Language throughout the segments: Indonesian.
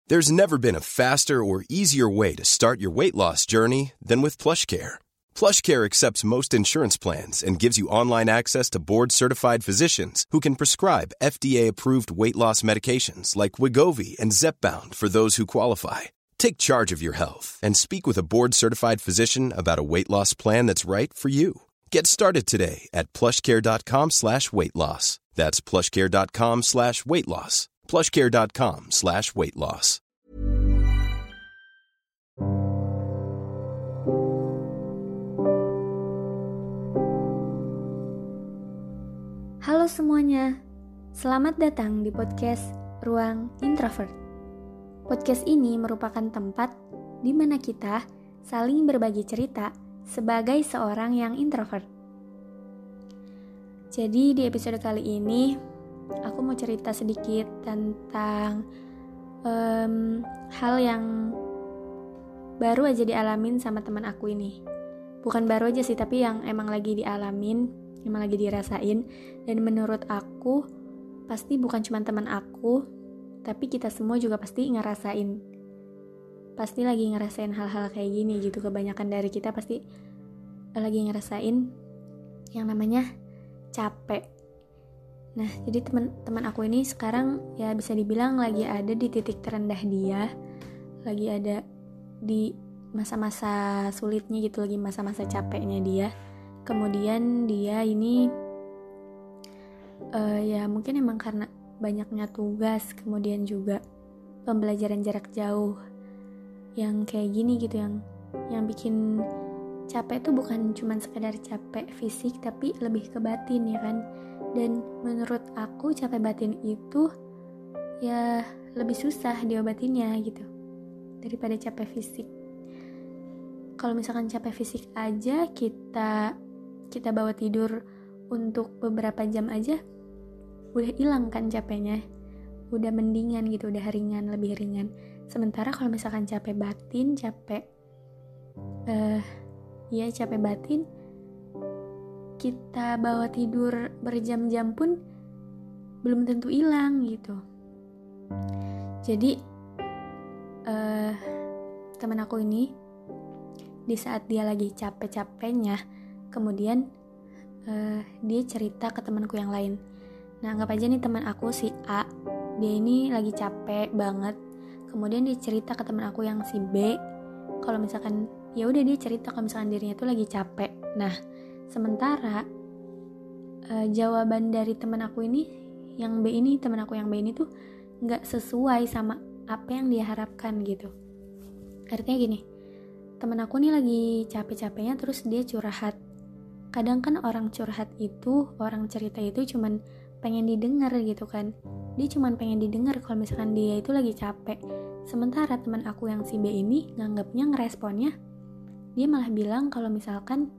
There's never been a faster or easier way to start your weight loss journey than with PlushCare. PlushCare accepts most insurance plans and gives you online access to board-certified physicians who can prescribe FDA-approved weight loss medications like Wegovy and Zepbound for those who qualify. Take charge of your health and speak with a board-certified physician about a weight loss plan that's right for you. Get started today at plushcare.com/weightloss. That's plushcare.com/weightloss. plushcare.com/weightloss. Halo semuanya, selamat datang di podcast Ruang Introvert. Podcast ini merupakan tempat di mana kita saling berbagi cerita sebagai seorang yang introvert. Jadi di episode kali ini, aku mau cerita sedikit tentang hal yang baru aja dialamin sama teman aku ini. Bukan baru aja sih, tapi yang emang lagi dialamin, emang lagi dirasain. Dan menurut aku, pasti bukan cuma teman aku, tapi kita semua juga pasti ngerasain. Pasti lagi ngerasain hal-hal kayak gini gitu. Kebanyakan dari kita pasti lagi ngerasain yang namanya capek. Nah, jadi teman aku ini sekarang ya bisa dibilang lagi ada di titik terendah dia, lagi ada di masa-masa sulitnya gitu, lagi masa-masa capeknya dia. Kemudian dia ini ya mungkin emang karena banyaknya tugas, kemudian juga pembelajaran jarak jauh yang kayak gini gitu, yang bikin capek tuh bukan cuma sekedar capek fisik, tapi lebih ke batin ya kan. Dan menurut aku capek batin itu ya lebih susah diobatinnya gitu daripada capek fisik. Kalau misalkan capek fisik aja kita bawa tidur untuk beberapa jam aja udah hilang kan capeknya, udah mendingan gitu, udah ringan, lebih ringan. Sementara kalau misalkan capek batin, capek batin, kita bawa tidur berjam-jam pun belum tentu hilang gitu. Jadi teman aku ini di saat dia lagi capek-capeknya, kemudian dia cerita ke temanku yang lain. Nah, anggap aja nih teman aku si A, dia ini lagi capek banget. Kemudian dia cerita ke teman aku yang si B, kalau misalkan ya udah dia cerita kalau misalkan dirinya tuh lagi capek. Nah, sementara jawaban dari teman aku ini yang B ini, teman aku yang B ini tuh nggak sesuai sama apa yang dia harapkan gitu. Artinya gini, teman aku nih lagi capek-capeknya terus dia curhat. Kadang kan orang curhat itu, orang cerita itu cuman pengen didengar gitu kan. Dia cuman pengen didengar kalau misalkan dia itu lagi capek. Sementara teman aku yang si B ini ngeresponnya, dia malah bilang kalau misalkan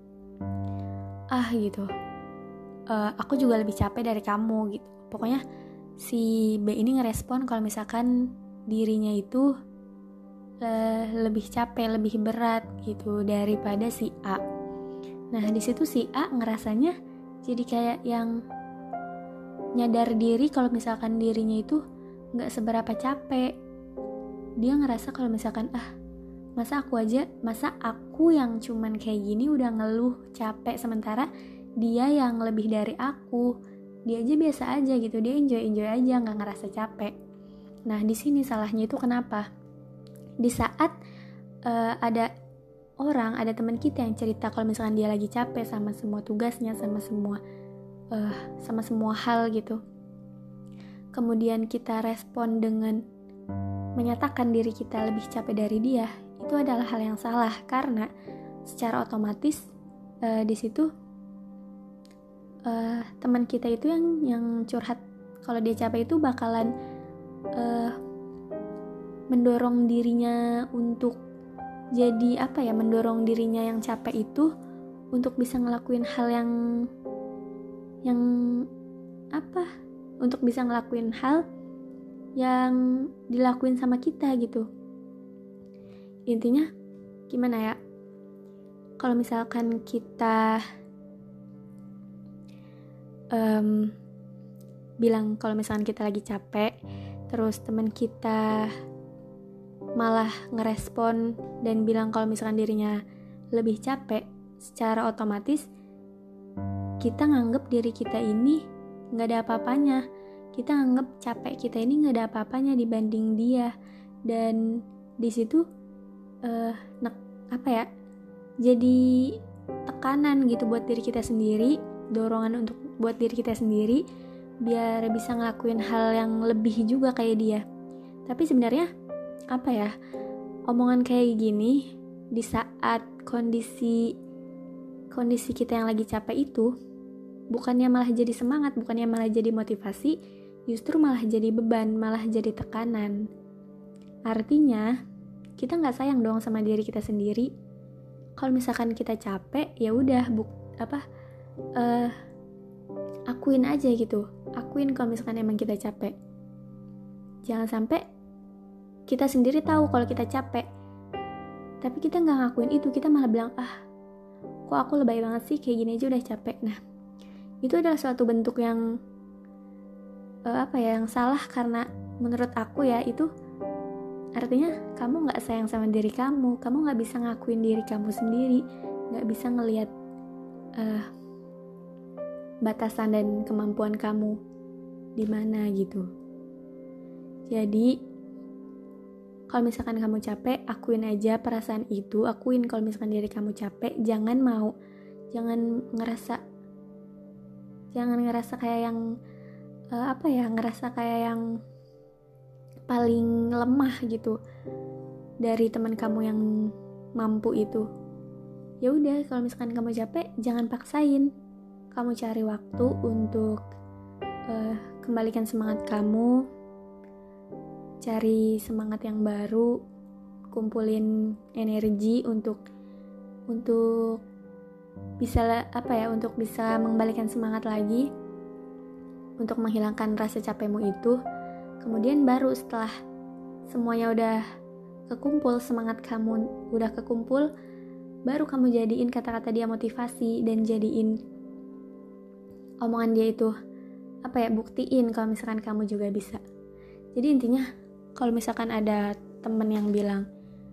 gitu, aku juga lebih capek dari kamu gitu. Pokoknya si B ini ngerespon kalau misalkan dirinya itu lebih capek, lebih berat gitu daripada si A. Nah, di situ si A ngerasanya jadi kayak yang nyadar diri kalau misalkan dirinya itu nggak seberapa capek. Dia ngerasa kalau misalkan masa aku yang cuman kayak gini udah ngeluh capek, sementara dia yang lebih dari aku, dia aja biasa aja gitu, dia enjoy aja, nggak ngerasa capek. Nah, di sini salahnya itu kenapa? Di saat ada teman kita yang cerita kalau misalkan dia lagi capek sama semua tugasnya, sama semua hal gitu, kemudian kita respon dengan menyatakan diri kita lebih capek dari dia, itu adalah hal yang salah. Karena secara otomatis di situ teman kita itu yang curhat kalau dia capek itu bakalan mendorong dirinya untuk jadi mendorong dirinya yang capek itu untuk bisa ngelakuin hal untuk bisa ngelakuin hal yang dilakuin sama kita gitu. Intinya gimana ya, kalau misalkan kita bilang kalau misalkan kita lagi capek, terus teman kita malah ngerespon dan bilang kalau misalkan dirinya lebih capek, secara otomatis kita nganggep diri kita ini gak ada apa-apanya. Kita nganggep capek kita ini gak ada apa-apanya dibanding dia. Dan di situ jadi tekanan gitu buat diri kita sendiri, dorongan untuk buat diri kita sendiri biar bisa ngelakuin hal yang lebih juga kayak dia. Tapi sebenarnya omongan kayak gini di saat kondisi kita yang lagi capek itu bukannya malah jadi semangat, bukannya malah jadi motivasi, justru malah jadi beban, malah jadi tekanan. Artinya kita nggak sayang dong sama diri kita sendiri. Kalau misalkan kita capek, ya udah akuin aja gitu. Akuin kalau misalkan emang kita capek. Jangan sampai kita sendiri tahu kalau kita capek, tapi kita nggak ngakuin itu. Kita malah bilang, kok aku lebay banget sih, kayak gini aja udah capek. Nah, itu adalah suatu bentuk yang yang salah, karena menurut aku ya itu artinya kamu nggak sayang sama diri kamu nggak bisa ngakuin diri kamu sendiri, nggak bisa ngelihat batasan dan kemampuan kamu di mana gitu. Jadi kalau misalkan kamu capek, akuin aja perasaan itu, akuin kalau misalkan diri kamu capek, jangan ngerasa kayak yang ngerasa kayak yang paling lemah gitu dari teman kamu yang mampu itu. Ya udah, kalau misalkan kamu capek, jangan paksain. Kamu cari waktu untuk kembalikan semangat kamu, cari semangat yang baru, kumpulin energi untuk bisa untuk bisa mengembalikan semangat lagi, untuk menghilangkan rasa capekmu itu. Kemudian baru setelah semuanya udah kekumpul, semangat kamu udah kekumpul, baru kamu jadiin kata-kata dia motivasi dan jadiin omongan dia itu buktiin kalau misalkan kamu juga bisa. Jadi intinya kalau misalkan ada temen yang bilang,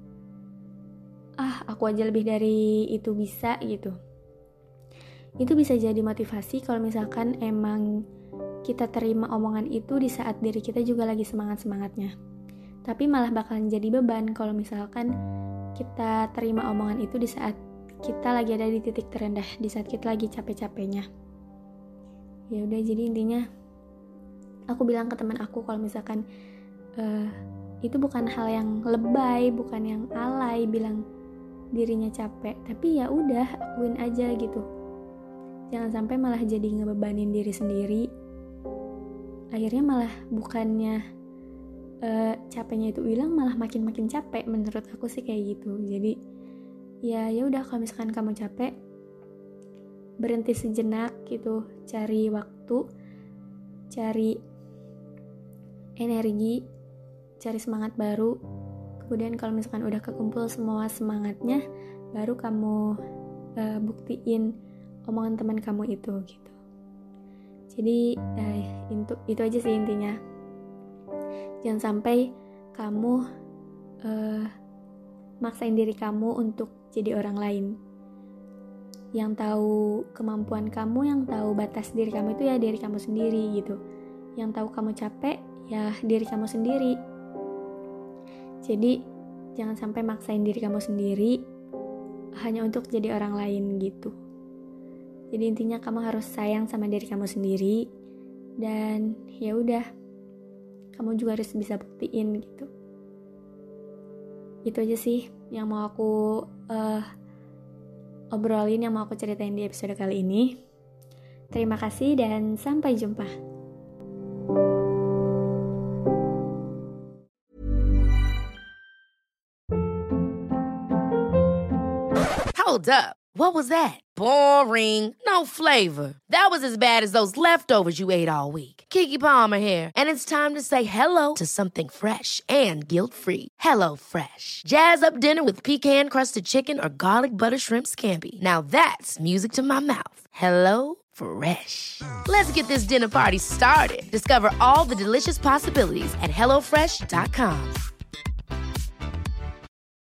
aku aja lebih dari itu bisa gitu, itu bisa jadi motivasi kalau misalkan emang kita terima omongan itu di saat diri kita juga lagi semangat-semangatnya. Tapi malah bakalan jadi beban kalau misalkan kita terima omongan itu di saat kita lagi ada di titik terendah, di saat kita lagi capek-capeknya. Ya udah, jadi intinya aku bilang ke teman aku kalau misalkan itu bukan hal yang lebay, bukan yang alay bilang dirinya capek, tapi ya udah akuin aja gitu. Jangan sampai malah jadi ngebebanin diri sendiri. Akhirnya malah bukannya capeknya itu hilang, malah makin capek. Menurut aku sih kayak gitu. Jadi ya udah, kalau misalkan kamu capek, berhenti sejenak gitu, cari waktu, cari energi, cari semangat baru. Kemudian kalau misalkan udah kekumpul semua semangatnya, baru kamu buktiin omongan teman kamu itu gitu. Jadi itu aja sih intinya. Jangan sampai kamu maksain diri kamu untuk jadi orang lain. Yang tahu kemampuan kamu, yang tahu batas diri kamu itu ya diri kamu sendiri gitu. Yang tahu kamu capek ya diri kamu sendiri. Jadi jangan sampai maksain diri kamu sendiri hanya untuk jadi orang lain gitu. Jadi intinya kamu harus sayang sama diri kamu sendiri, dan ya udah, kamu juga harus bisa buktiin gitu. Itu aja sih yang mau aku obrolin, yang mau aku ceritain di episode kali ini. Terima kasih dan sampai jumpa. Hold up. What was that? Boring. No flavor. That was as bad as those leftovers you ate all week. Keke Palmer here, and it's time to say hello to something fresh and guilt-free. Hello Fresh. Jazz up dinner with pecan-crusted chicken or garlic butter shrimp scampi. Now that's music to my mouth. Hello Fresh. Let's get this dinner party started. Discover all the delicious possibilities at HelloFresh.com.